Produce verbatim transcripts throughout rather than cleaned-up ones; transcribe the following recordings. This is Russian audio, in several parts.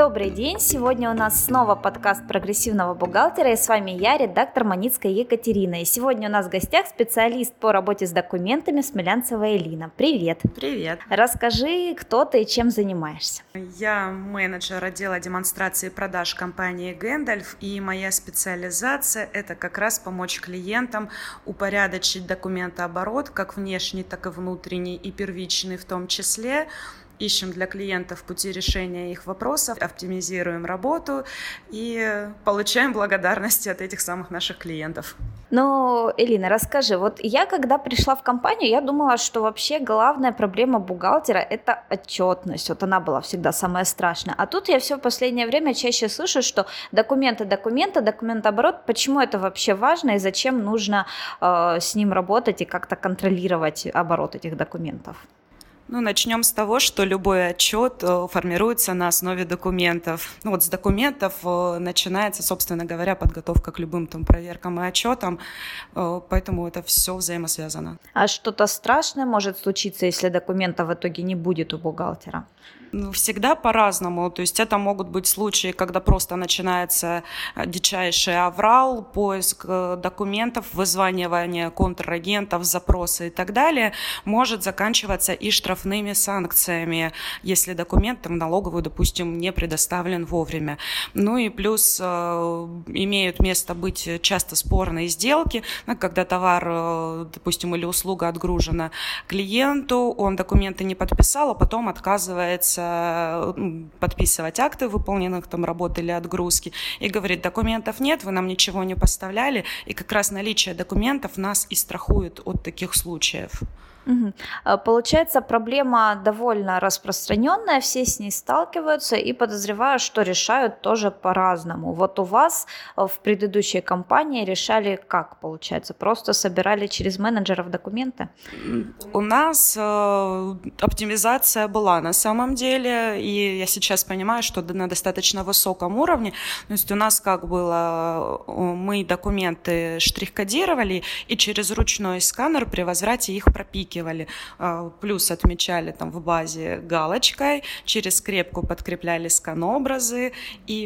Добрый день! Сегодня у нас снова подкаст прогрессивного бухгалтера, и с вами я, редактор Маницкая Екатерина. И сегодня у нас в гостях специалист по работе с документами Смелянцева Элина. Привет! Привет! Расскажи, кто ты и чем занимаешься. Я менеджер отдела демонстрации и продаж компании Гэндальф, и моя специализация – это как раз помочь клиентам упорядочить документооборот, как внешний, так и внутренний, и первичный в том числе. Ищем для клиентов пути решения их вопросов, оптимизируем работу и получаем благодарности от этих самых наших клиентов. Ну, Элина, расскажи, вот я когда пришла в компанию, я думала, что вообще главная проблема бухгалтера – это отчетность, вот она была всегда самая страшная. А тут я все в последнее время чаще слышу, что документы, документы, документооборот, почему это вообще важно и зачем нужно э, с ним работать и как-то контролировать оборот этих документов? Ну, начнем с того, что любой отчет формируется на основе документов. Ну, вот с документов начинается, собственно говоря, подготовка к любым там проверкам и отчетам, поэтому это все взаимосвязано. А что-то страшное может случиться, если документа в итоге не будет у бухгалтера? Всегда по-разному. То есть это могут быть случаи, когда просто начинается дичайший аврал, поиск документов, вызванивание контрагентов, запросы и так далее. Может заканчиваться и штрафными санкциями, если документ там, налоговую, допустим, не предоставлен вовремя. Ну и плюс э, имеют место быть часто спорные сделки, ну, когда товар, э, допустим, или услуга отгружена клиенту, он документы не подписал, а потом отказывается подписывать акты выполненных там работ или отгрузки и говорит, документов нет, вы нам ничего не поставляли, и как раз наличие документов нас и страхует от таких случаев. Угу. Получается, проблема довольно распространенная, все с ней сталкиваются и подозреваю, что решают тоже по-разному. Вот у вас в предыдущей компании решали как, получается? Просто собирали через менеджеров документы? У нас э, оптимизация была на самом деле, и я сейчас понимаю, что на достаточно высоком уровне. То есть у нас как было, мы документы штрих-кодировали и через ручной сканер при возврате их пропикивали. Плюс отмечали там в базе галочкой, через скрепку подкрепляли скан-образы, и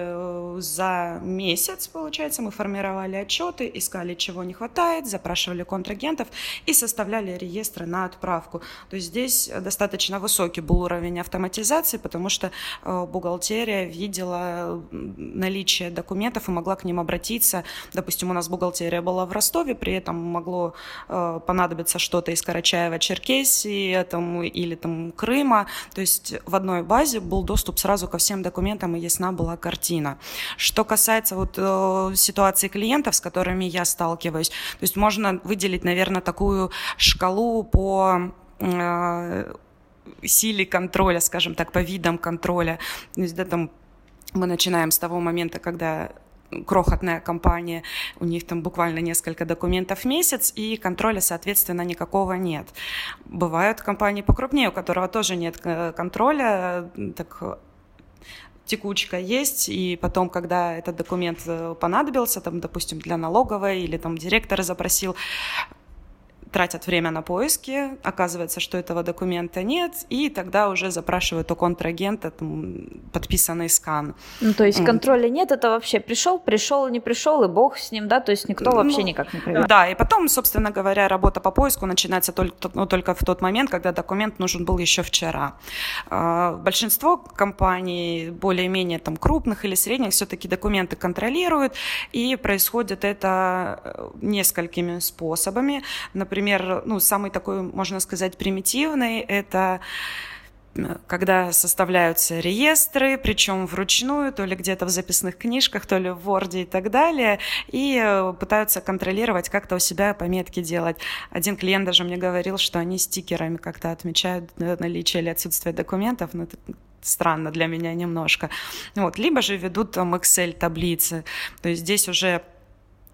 за месяц, получается, мы формировали отчеты, искали, чего не хватает, запрашивали контрагентов и составляли реестры на отправку. То есть здесь достаточно высокий был уровень автоматизации, потому что бухгалтерия видела наличие документов и могла к ним обратиться. Допустим, у нас бухгалтерия была в Ростове, при этом могло понадобиться что-то из Карачаево-Черкесии там, или там, Крыма. То есть в одной базе был доступ сразу ко всем документам, и ясна была картина. Что касается вот, э, ситуации клиентов, с которыми я сталкиваюсь, то есть можно выделить, наверное, такую шкалу по э, силе контроля, скажем так, по видам контроля. То есть, да, там, мы начинаем с того момента, когда крохотная компания, у них там буквально несколько документов в месяц, и контроля, соответственно, никакого нет. Бывают компании покрупнее, у которого тоже нет контроля, так текучка есть, и потом, когда этот документ понадобился, там, допустим, для налоговой или там директор запросил, тратят время на поиски, оказывается, что этого документа нет, и тогда уже запрашивают у контрагента там, подписанный скан. Ну, то есть контроля нет, это вообще пришел, пришел, не пришел, и бог с ним, да, то есть никто вообще ну, никак не проверяет. Да, и потом, собственно говоря, работа по поиску начинается только, ну, только в тот момент, когда документ нужен был еще вчера. Большинство компаний, более-менее там крупных или средних, все-таки документы контролируют, и происходит это несколькими способами. Например, Например, ну, самый такой, можно сказать, примитивный – это когда составляются реестры, причем вручную, то ли где-то в записных книжках, то ли в Word и так далее, и пытаются контролировать, как-то у себя пометки делать. Один клиент даже мне говорил, что они стикерами как-то отмечают наличие или отсутствие документов, но это странно для меня немножко. Вот. Либо же ведут там Excel-таблицы, то есть здесь уже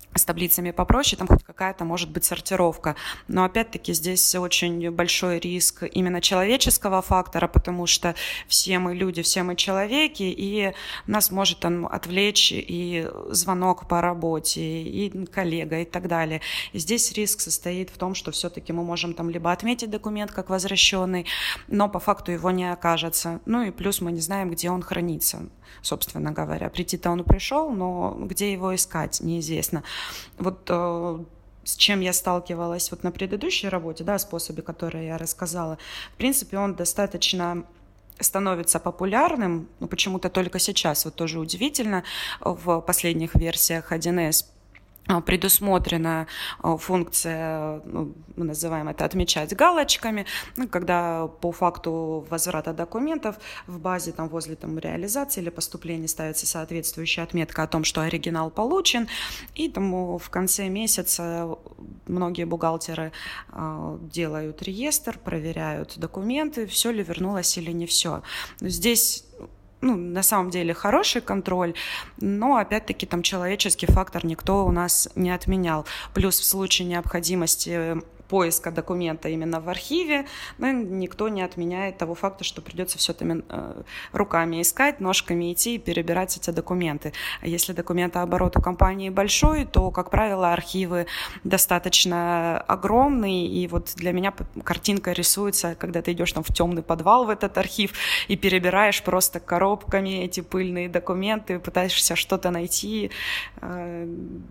с таблицами попроще, там хоть какая-то может быть сортировка. Но опять-таки здесь очень большой риск именно человеческого фактора, потому что все мы люди, все мы человеки, и нас может там отвлечь и звонок по работе, и коллега, и так далее. И здесь риск состоит в том, что все-таки мы можем там либо отметить документ как возвращенный, но по факту его не окажется. Ну и плюс мы не знаем, где он хранится, собственно говоря. Прийти-то он пришел, но где его искать, неизвестно. Вот э, с чем я сталкивалась вот на предыдущей работе, да, способе, который я рассказала, в принципе, он достаточно становится популярным, но почему-то только сейчас, вот тоже удивительно, в последних версиях один эс предусмотрена функция, ну, мы называем это отмечать галочками, ну, когда по факту возврата документов в базе там, возле там, реализации или поступления ставится соответствующая отметка о том, что оригинал получен, и там, в конце месяца многие бухгалтеры э, делают реестр, проверяют документы, все ли вернулось или не все. Здесь ну, на самом деле хороший контроль, но опять-таки там человеческий фактор никто у нас не отменял. Плюс в случае необходимости поиска документа именно в архиве, ну, никто не отменяет того факта, что придется все там э, руками искать, ножками идти и перебирать эти документы. А если документооборот у компании большой, то, как правило, архивы достаточно огромные, и вот для меня картинка рисуется, когда ты идешь там в темный подвал в этот архив и перебираешь просто коробками эти пыльные документы, пытаешься что-то найти, э,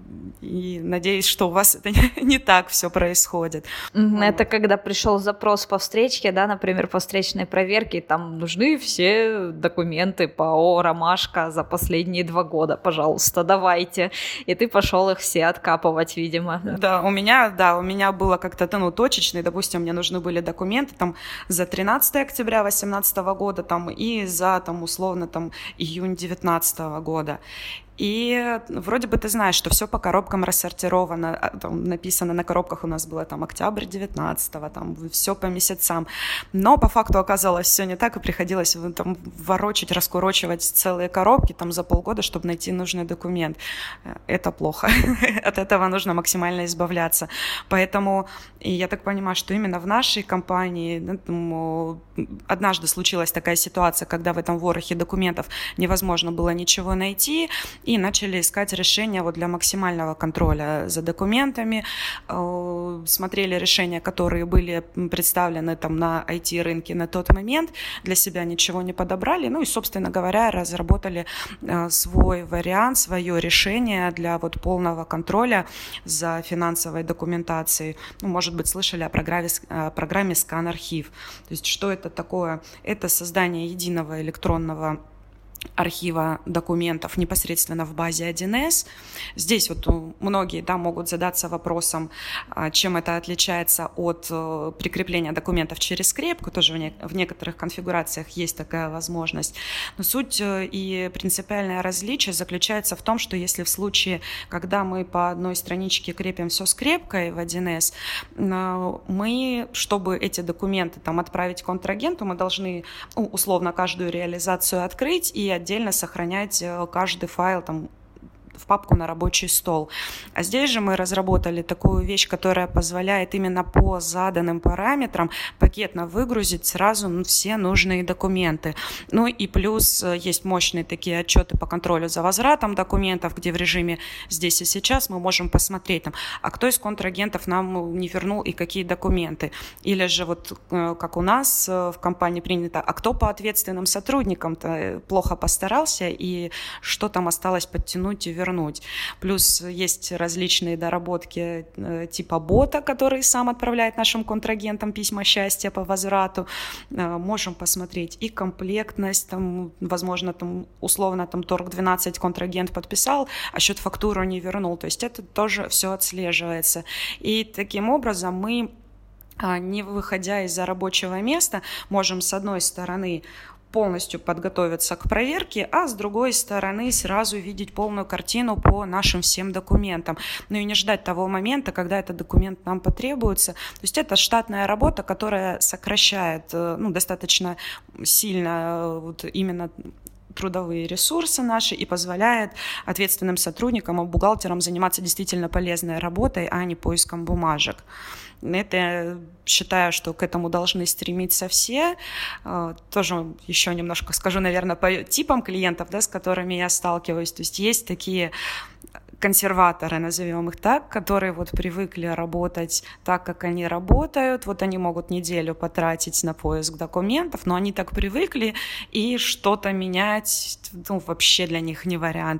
и надеюсь, что у вас это не так все происходит. Это когда пришел запрос по встречке, да, например, по встречной проверке, там нужны все документы по ООО «Ромашка» за последние два года, пожалуйста, давайте. И ты пошел их все откапывать, видимо. Да, у меня, да, у меня было как-то, ну, точечный, допустим, мне нужны были документы там за тринадцатое октября две тысячи восемнадцатого года там и за, там, условно, там, июнь две тысячи девятнадцатого года. И вроде бы ты знаешь, что все по коробкам рассортировано, там написано на коробках у нас было там октябрь девятнадцатого, там все по месяцам, но по факту оказалось все не так, и приходилось там ворочать, раскурочивать целые коробки там за полгода, чтобы найти нужный документ. Это плохо, от этого нужно максимально избавляться. Поэтому и я так понимаю, что именно в нашей компании ну, однажды случилась такая ситуация, когда в этом ворохе документов невозможно было ничего найти, и начали искать решения вот для максимального контроля за документами, смотрели решения, которые были представлены там на ай ти-рынке на тот момент, для себя ничего не подобрали, ну и, собственно говоря, разработали свой вариант, свое решение для вот полного контроля за финансовой документацией. Ну, может быть, слышали о программе, о программе «Скан-архив». То есть что это такое? Это создание единого электронного архива документов непосредственно в базе один эс. Здесь вот многие да, могут задаться вопросом, чем это отличается от прикрепления документов через скрепку. Тоже в, не, в некоторых конфигурациях есть такая возможность. Но суть и принципиальное различие заключается в том, что если в случае, когда мы по одной страничке крепим все скрепкой в один эс, мы, чтобы эти документы там, отправить контрагенту, мы должны ну, условно каждую реализацию открыть и отдельно сохранять каждый файл там, в папку на рабочий стол. А здесь же мы разработали такую вещь, которая позволяет именно по заданным параметрам пакетно выгрузить сразу ну, все нужные документы. Ну и плюс есть мощные такие отчеты по контролю за возвратом документов, где в режиме здесь и сейчас мы можем посмотреть, там, а кто из контрагентов нам не вернул и какие документы. Или же вот как у нас в компании принято, а кто по ответственным сотрудникам-то плохо постарался и что там осталось подтянуть и вернуть. Вернуть. Плюс есть различные доработки э, типа бота, который сам отправляет нашим контрагентам письма счастья по возврату. Э, можем посмотреть и комплектность, там, возможно, там, условно там торг двенадцать контрагент подписал, а счет-фактуру не вернул. То есть это тоже все отслеживается. И таким образом мы, не выходя из-за рабочего места, можем с одной стороны полностью подготовиться к проверке, а с другой стороны сразу видеть полную картину по нашим всем документам. Ну и не ждать того момента, когда этот документ нам потребуется. То есть это штатная работа, которая сокращает ну, достаточно сильно вот именно трудовые ресурсы наши и позволяет ответственным сотрудникам и бухгалтерам заниматься действительно полезной работой, а не поиском бумажек. Это, считаю, что к этому должны стремиться все. Тоже еще немножко скажу, наверное, по типам клиентов, да, с которыми я сталкиваюсь. То есть есть такие консерваторы, назовем их так, которые вот привыкли работать так, как они работают. Вот они могут неделю потратить на поиск документов, но они так привыкли, и что-то менять, ну, вообще для них не вариант.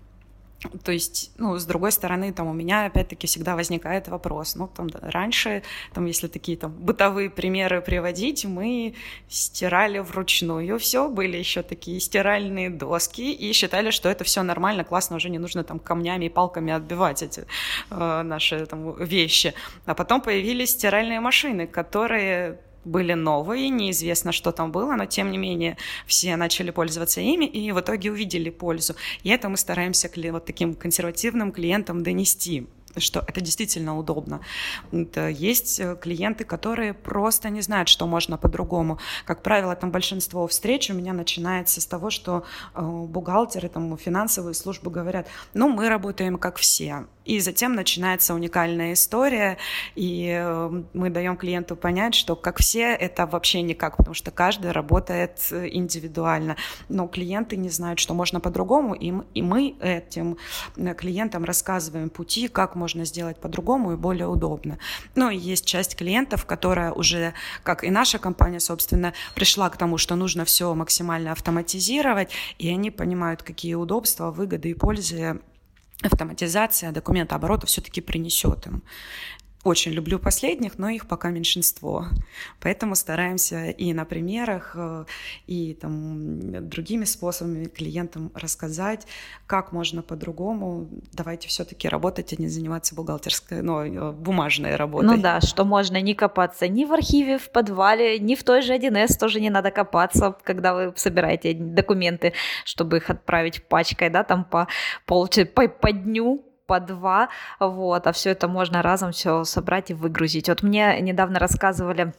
То есть, ну, с другой стороны, там у меня опять-таки всегда возникает вопрос. Ну, там, да, раньше, там, если такие там бытовые примеры приводить, мы стирали вручную, все, были еще такие стиральные доски, и считали, что это все нормально, классно, уже не нужно там камнями и палками отбивать эти э, наши там вещи. А потом появились стиральные машины, которые были новые, неизвестно, что там было, но тем не менее все начали пользоваться ими и в итоге увидели пользу. И это мы стараемся вот таким консервативным клиентам донести, что это действительно удобно. Это есть клиенты, которые просто не знают, что можно по-другому. Как правило, там большинство встреч у меня начинается с того, что бухгалтеры, там, финансовые службы говорят: ну, мы работаем как все. И затем начинается уникальная история, и мы даем клиенту понять, что как все это вообще никак, потому что каждый работает индивидуально. Но клиенты не знают, что можно по-другому, и мы этим клиентам рассказываем пути, как можно сделать по-другому и более удобно. Ну и есть часть клиентов, которая уже, как и наша компания, собственно, пришла к тому, что нужно все максимально автоматизировать, и они понимают, какие удобства, выгоды и пользы автоматизация документооборота все-таки принесет им. Очень люблю последних, но их пока меньшинство. Поэтому стараемся и на примерах, и там, другими способами клиентам рассказать, как можно по-другому. Давайте все-таки работать, а не заниматься бухгалтерской, ну, бумажной работой. Ну да, что можно не копаться ни в архиве, в подвале, ни в той же один эс тоже не надо копаться, когда вы собираете документы, чтобы их отправить пачкой, да, там по, пол, по, по дню, по два, вот, а все это можно разом все собрать и выгрузить. Вот мне недавно рассказывали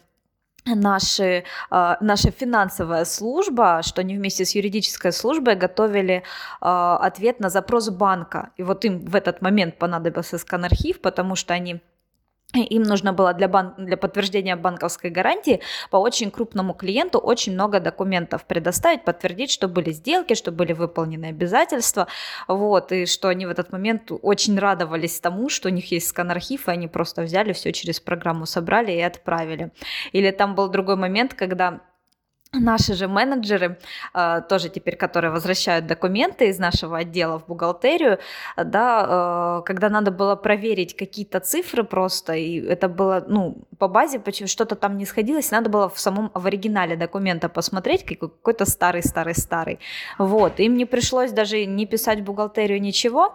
наши, э, наша финансовая служба, что они вместе с юридической службой готовили э, ответ на запрос банка, и вот им в этот момент понадобился скан-архив, потому что они им нужно было для, бан... для подтверждения банковской гарантии по очень крупному клиенту очень много документов предоставить, подтвердить, что были сделки, что были выполнены обязательства, вот, и что они в этот момент очень радовались тому, что у них есть скан-архив, и они просто взяли все через программу, собрали и отправили. Или там был другой момент, когда наши же менеджеры, тоже теперь, которые возвращают документы из нашего отдела в бухгалтерию, да, когда надо было проверить какие-то цифры просто, и это было, ну, по базе, почему что-то там не сходилось, надо было в самом, в оригинале документа посмотреть, какой-то старый-старый-старый. Вот, им не пришлось даже не писать в бухгалтерию ничего,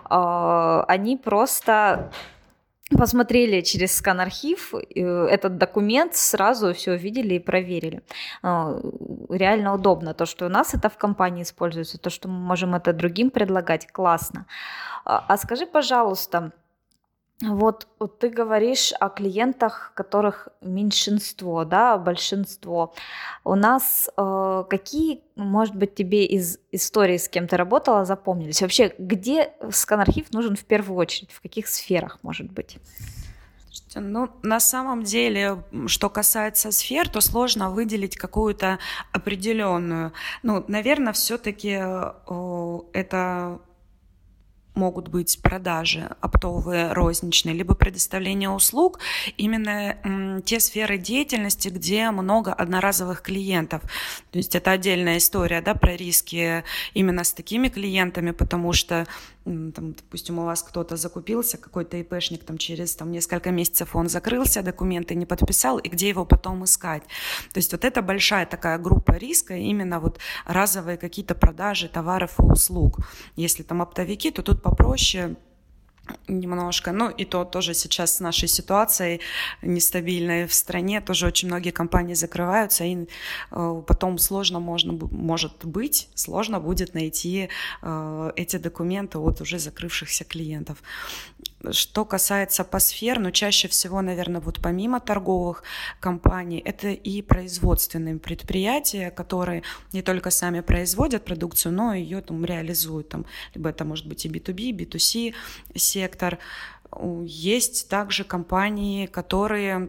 они просто посмотрели через скан-архив этот документ, сразу все увидели и проверили. Реально удобно. То, что у нас это в компании используется, то, что мы можем это другим предлагать, классно. А скажи, пожалуйста, вот, вот ты говоришь о клиентах, которых меньшинство, да, большинство. У нас э, какие, может быть, тебе из истории, с кем ты работала, запомнились? Вообще, где скан-архив нужен в первую очередь? В каких сферах, может быть? Ну, на самом деле, что касается сфер, то сложно выделить какую-то определенную. Ну, наверное, все-таки э, это могут быть продажи оптовые, розничные, либо предоставление услуг, именно м, те сферы деятельности, где много одноразовых клиентов. То есть это отдельная история, да, про риски именно с такими клиентами, потому что, м, там, допустим, у вас кто-то закупился, какой-то ИПшник, там, через там, несколько месяцев он закрылся, документы не подписал, и где его потом искать. То есть вот это большая такая группа риска, именно вот разовые какие-то продажи товаров и услуг. Если там оптовики, то тут попроще немножко. Ну и то тоже сейчас с нашей ситуацией нестабильной в стране тоже очень многие компании закрываются, и э, потом сложно можно, может быть, сложно будет найти э, эти документы от уже закрывшихся клиентов. Что касается посфер, ну, чаще всего, наверное, вот помимо торговых компаний, это и производственные предприятия, которые не только сами производят продукцию, но и ее там реализуют. Там, либо это может быть и би ту би, би ту си сектор. Есть также компании, которые...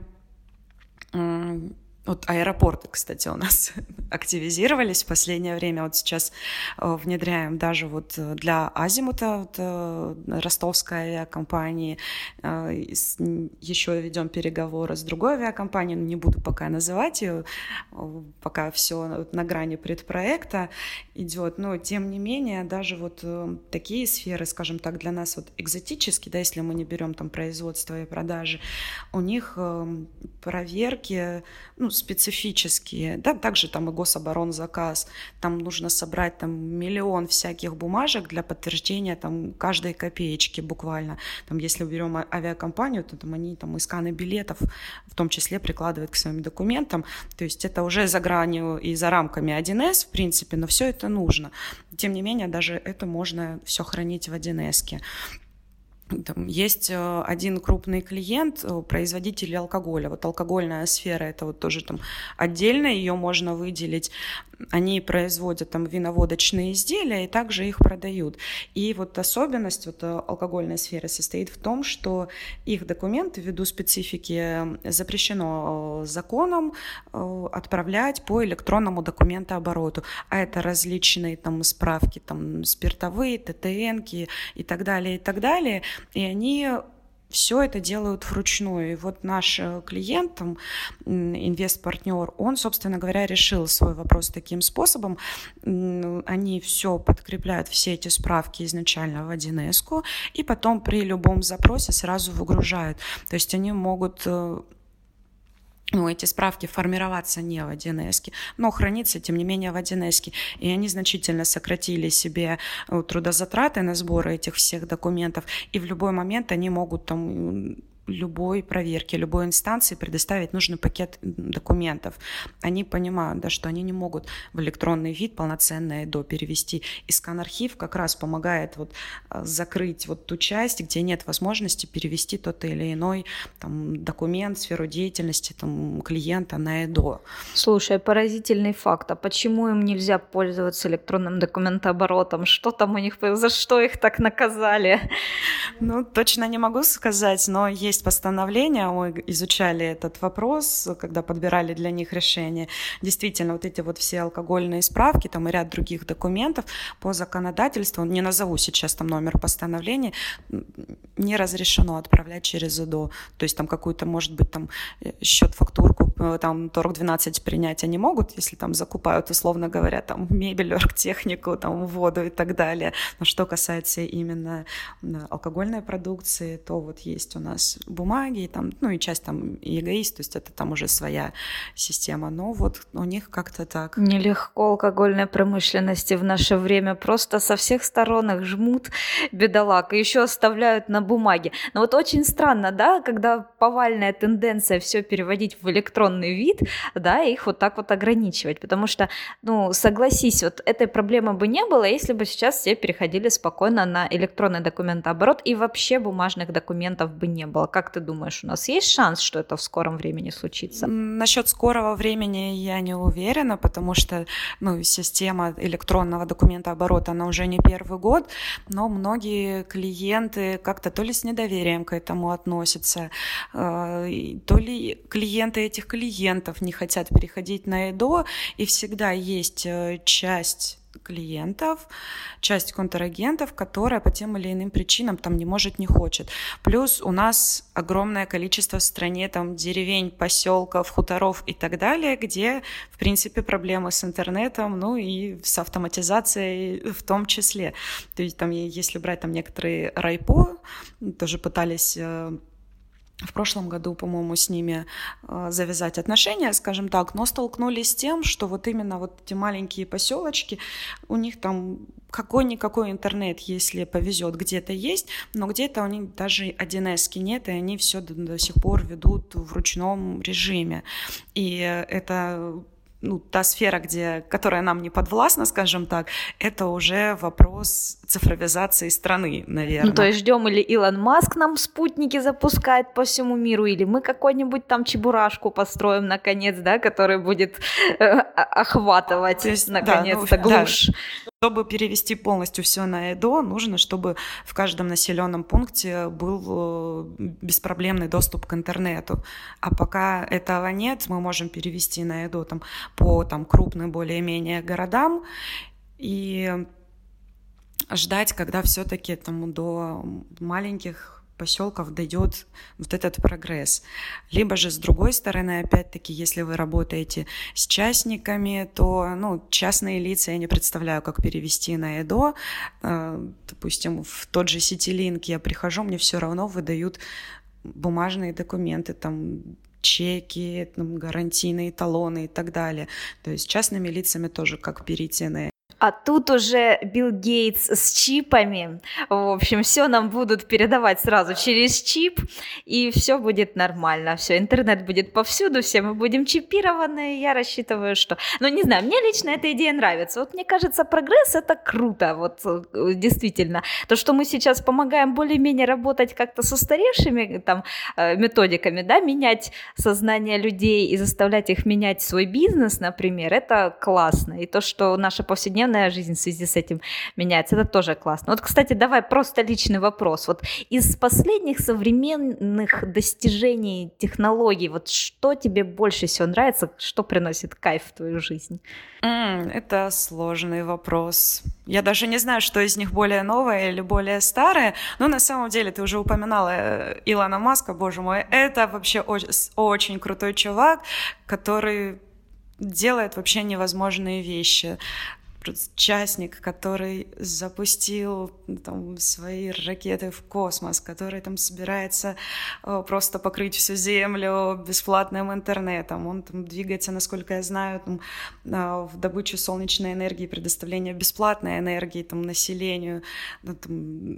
Вот аэропорты, кстати, у нас активизировались в последнее время. Вот сейчас внедряем даже вот для Азимута, вот, ростовской авиакомпании. Еще ведем переговоры с другой авиакомпанией, не буду пока называть ее, пока все на грани предпроекта идет. Но тем не менее, даже вот такие сферы, скажем так, для нас вот экзотические, да, если мы не берем там производство и продажи, у них проверки, ну, специфические, да, также там и гособоронзаказ, там нужно собрать там миллион всяких бумажек для подтверждения там каждой копеечки буквально. Там, если берем авиакомпанию, то там они там и сканы билетов в том числе прикладывают к своим документам, то есть это уже за гранью и за рамками один эс, в принципе, но все это нужно. Тем не менее, даже это можно все хранить в один эс-ке. Там есть один крупный клиент, производитель алкоголя. Вот алкогольная сфера, это вот тоже там отдельно, ее можно выделить. Они производят там виноводочные изделия и также их продают. И вот особенность вот алкогольной сферы состоит в том, что их документы ввиду специфики запрещено законом отправлять по электронному документообороту. А это различные там справки, там спиртовые, тэ тэ энки и так далее, и так далее. И они все это делают вручную. И вот наш клиент, там, инвестпартнер, он, собственно говоря, решил свой вопрос таким способом. Они все подкрепляют, все эти справки изначально в один эс-ку, и потом при любом запросе сразу выгружают. То есть они могут... Ну, эти справки формироваться не в один эс-ке, но храниться, тем не менее, в один эс-ке. И они значительно сократили себе трудозатраты на сбор этих всех документов, и в любой момент они могут там... любой проверки, любой инстанции предоставить нужный пакет документов. Они понимают, да, что они не могут в электронный вид полноценное ЭДО перевести. И скан-архив как раз помогает вот закрыть вот ту часть, где нет возможности перевести тот или иной там, документ, сферу деятельности там, клиента на ЭДО. Слушай, поразительный факт. А почему им нельзя пользоваться электронным документооборотом? Что там у них, за что их так наказали? Ну, точно не могу сказать, но есть Есть постановление, мы изучали этот вопрос, когда подбирали для них решение. Действительно, вот эти вот все алкогольные справки там, и ряд других документов по законодательству, не назову сейчас там номер постановления, не разрешено отправлять через ЭДО. То есть там какую-то, может быть, там счет, фактурку, там торг двенадцать принять они могут, если там закупают, условно говоря, там мебель, оргтехнику, там воду и так далее. Но что касается именно алкогольной продукции, то вот есть у нас бумаги, там, ну и часть там и эгоист, то есть это там уже своя система, но вот у них как-то так. Нелегко алкогольной промышленности в наше время, просто со всех сторон их жмут, бедолаг, и еще оставляют на бумаге. Но вот очень странно, да, когда повальная тенденция все переводить в электронный вид, да, их вот так вот ограничивать, потому что, ну, согласись, вот этой проблемы бы не было, если бы сейчас все переходили спокойно на электронный документооборот, и вообще бумажных документов бы не было. Как ты думаешь, у нас есть шанс, что это в скором времени случится? Насчет скорого времени я не уверена, потому что ну, система электронного документооборота, она уже не первый год, но многие клиенты как-то то ли с недоверием к этому относятся, то ли клиенты этих клиентов не хотят переходить на ЭДО, и всегда есть часть клиентов, часть контрагентов, которая по тем или иным причинам там не может, не хочет. Плюс у нас огромное количество в стране там деревень, поселков, хуторов и так далее, где, в принципе, проблемы с интернетом, ну и с автоматизацией в том числе. То есть там, если брать там некоторые райпо, тоже пытались в прошлом году, по-моему, с ними э, завязать отношения, скажем так, но столкнулись с тем, что вот именно вот эти маленькие поселочки, у них там какой-никакой интернет, если повезет, где-то есть, но где-то у них даже один эс-ки нет, и они все до, до сих пор ведут в ручном режиме. И это ну, та сфера, где, которая нам не подвластна, скажем так, это уже вопрос цифровизации страны, наверное. Ну, то есть ждем, или Илон Маск нам спутники запускает по всему миру, или мы какую-нибудь там чебурашку построим, наконец, да, который будет э, охватывать, есть, наконец-то, да, ну, глушь. Да. Чтобы перевести полностью все на ЭДО, нужно, чтобы в каждом населенном пункте был беспроблемный доступ к интернету. А пока этого нет, мы можем перевести на ЭДО там, по там, крупным более-менее городам и ждать, когда все-таки там, до маленьких поселков дойдет вот этот прогресс. Либо же, с другой стороны, опять-таки, если вы работаете с частниками, то, ну, частные лица я не представляю, как перевести на ЭДО. Допустим, в тот же Ситилинк я прихожу, мне все равно выдают бумажные документы, там, чеки, там, гарантийные талоны и так далее. То есть частными лицами тоже как перейти на ЭДО. А тут уже Билл Гейтс с чипами. В общем, все нам будут передавать сразу через чип, и все будет нормально. Все, интернет будет повсюду, все мы будем чипированы. Я рассчитываю, что... Ну, не знаю, мне лично эта идея нравится. Вот мне кажется, прогресс — это круто. Вот действительно. То, что мы сейчас помогаем более-менее работать как-то с устаревшими там методиками, да, менять сознание людей и заставлять их менять свой бизнес, например, это классно. И то, что наша повседневная жизнь в связи с этим меняется, это тоже классно. Вот, кстати, давай просто личный вопрос. Вот из последних современных достижений технологий, вот что тебе больше всего нравится, что приносит кайф в твою жизнь? Mm, это сложный вопрос. Я даже не знаю, что из них более новое или более старое, но на самом деле ты уже упоминала Илона Маска, боже мой, это вообще очень, очень крутой чувак, который делает вообще невозможные вещи. Частник, который запустил там свои ракеты в космос, который там собирается э, просто покрыть всю Землю бесплатным интернетом. Он там двигается, насколько я знаю, там, э, в добычу солнечной энергии, предоставление бесплатной энергии там, населению. Ну, там,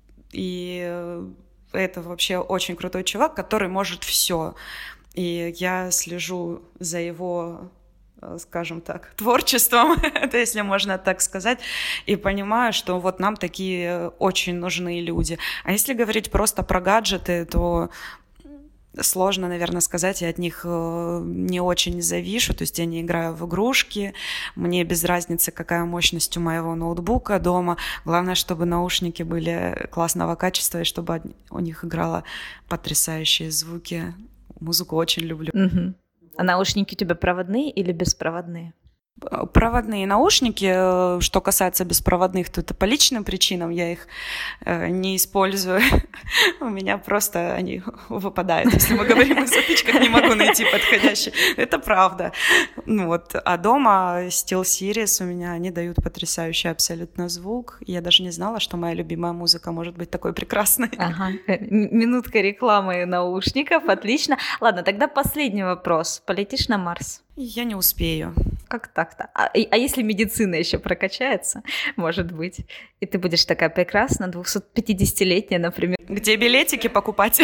и э, это вообще очень крутой чувак, который может все. И я слежу за его, скажем так, творчеством, если можно так сказать, и понимаю, что вот нам такие очень нужны люди. А если говорить просто про гаджеты, то сложно, наверное, сказать, я от них не очень завишу, то есть я не играю в игрушки, мне без разницы, какая мощность у моего ноутбука дома, главное, чтобы наушники были классного качества и чтобы у них играло потрясающие звуки. Музыку очень люблю. Угу. А наушники у тебя проводные или беспроводные? Проводные наушники, что касается беспроводных, то это по личным причинам, я их не использую. У меня просто они выпадают. Если мы говорим о затычках, не могу найти подходящий. Это правда. Ну вот. А дома SteelSeries у меня, они дают потрясающий абсолютно звук. Я даже не знала, что моя любимая музыка может быть такой прекрасной. Ага. Минутка рекламы наушников. Отлично. Ладно, тогда последний вопрос. Полетишь на Марс? Я не успею. Как так-то? А, а если медицина еще прокачается, может быть, и ты будешь такая прекрасная, двухсотпятидесятилетняя, например. Где билетики покупать?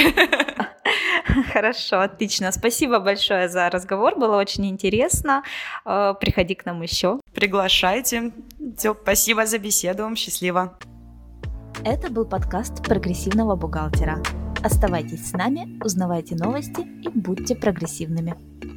Хорошо, отлично. Спасибо большое за разговор, было очень интересно. Приходи к нам еще. Приглашайте. Все, спасибо за беседу, счастливо. Это был подкаст «Прогрессивного бухгалтера». Оставайтесь с нами, узнавайте новости и будьте прогрессивными.